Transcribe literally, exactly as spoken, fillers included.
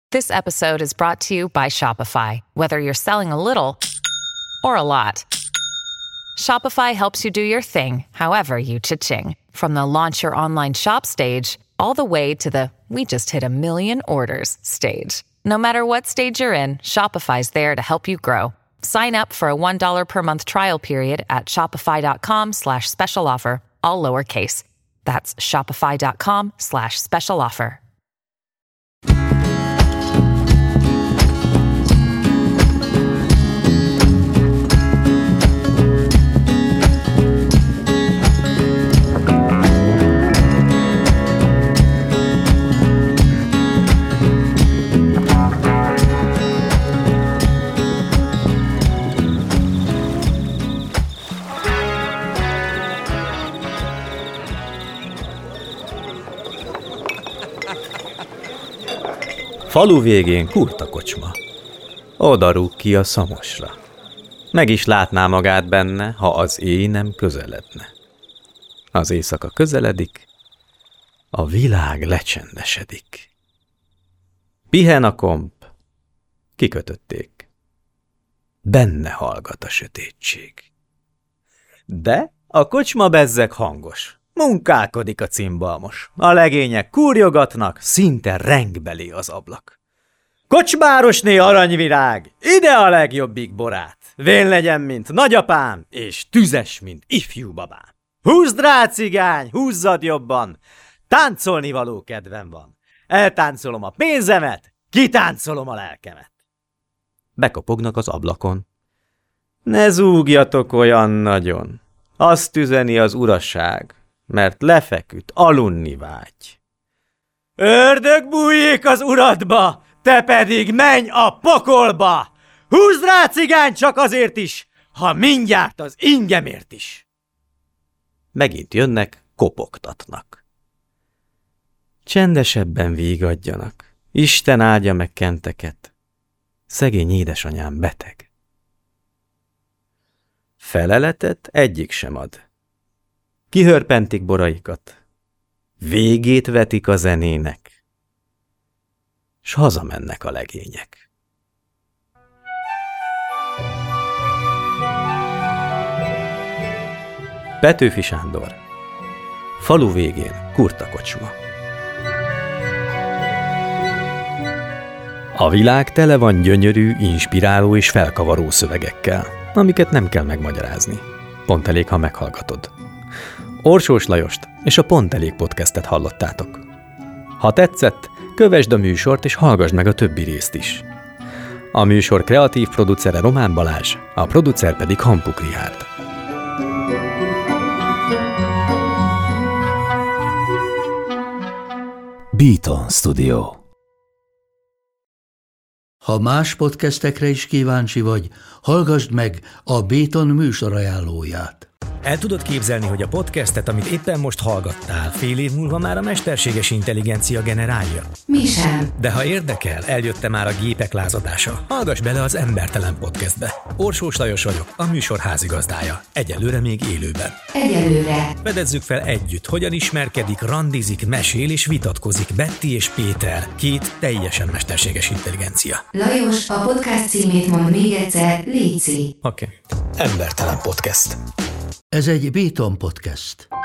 This episode is brought to you by Shopify. Whether you're selling a little or a lot, Shopify helps you do your thing, however you cha-ching. From the launch your online shop stage, all the way to the we just hit a million orders stage. No matter what stage you're in, Shopify's there to help you grow. Sign up for a one dollar per month trial period at shopify.com slash special offer, all lowercase. That's shopify.com slash special offer. Falu végén kurta kocsma. Oda rúg ki a szamosra. Meg is látná magát benne, ha az éj nem közeledne. Az éjszaka közeledik, a világ lecsendesedik. Pihen a komp, kikötötték. Benne hallgat a sötétség. De a kocsma bezzeg hangos. Munkálkodik a cimbalmos. A legények kúrjogatnak, szinte reng belé az ablak. Kocsmárosné aranyvirág, ide a legjobbik borát. Vén legyen, mint nagyapám, és tüzes, mint ifjú babám. Húzd rá, cigány, húzzad jobban. Táncolni való kedvem van. Eltáncolom a pénzemet, kitáncolom a lelkemet. Bekopognak az ablakon. Ne zúgjatok olyan nagyon. Azt üzeni az uraság, mert lefeküdt, alunni vágy. Ördög bújjék az uradba, te pedig menj a pokolba! Húzd rá, cigány, csak azért is, ha mindjárt az ingemért is! Megint jönnek, kopogtatnak. Csendesebben vígadjanak, Isten áldja meg kenteket. Szegény édesanyám beteg. Feleletet egyik sem ad. Kihörpentik boraikat, végét vetik a zenének, s hazamennek a legények. Petőfi Sándor. Falu végén kurta kocsma. A világ tele van gyönyörű, inspiráló és felkavaró szövegekkel, amiket nem kell megmagyarázni. Pont elég, ha meghallgatod. Orsós Lajost és a Pont Elég podcastet hallottátok. Ha tetszett, kövesd a műsort és hallgassd meg a többi részt is. A műsor kreatív producere Román Balázs, a producer pedig Hampuk Richárd. Beaton Studio. Ha más podcastekre is kíváncsi vagy, hallgassd meg a Beaton műsor ajánlóját. El tudod képzelni, hogy a podcastet, amit éppen most hallgattál, fél év múlva már a mesterséges intelligencia generálja? Mi sem. De ha érdekel, eljött már a gépek lázadása. Hallgass bele az Embertelen podcastbe. Orsós Lajos vagyok, a műsor házigazdája. Egyelőre még élőben. Egyelőre. Fedezzük fel együtt, hogyan ismerkedik, randizik, mesél és vitatkozik Betty és Péter, két teljesen mesterséges intelligencia. Lajos, a podcast címét mond még egyszer, léci. Oké. Okay. Embertelen podcast. Ez egy Beaton podcast.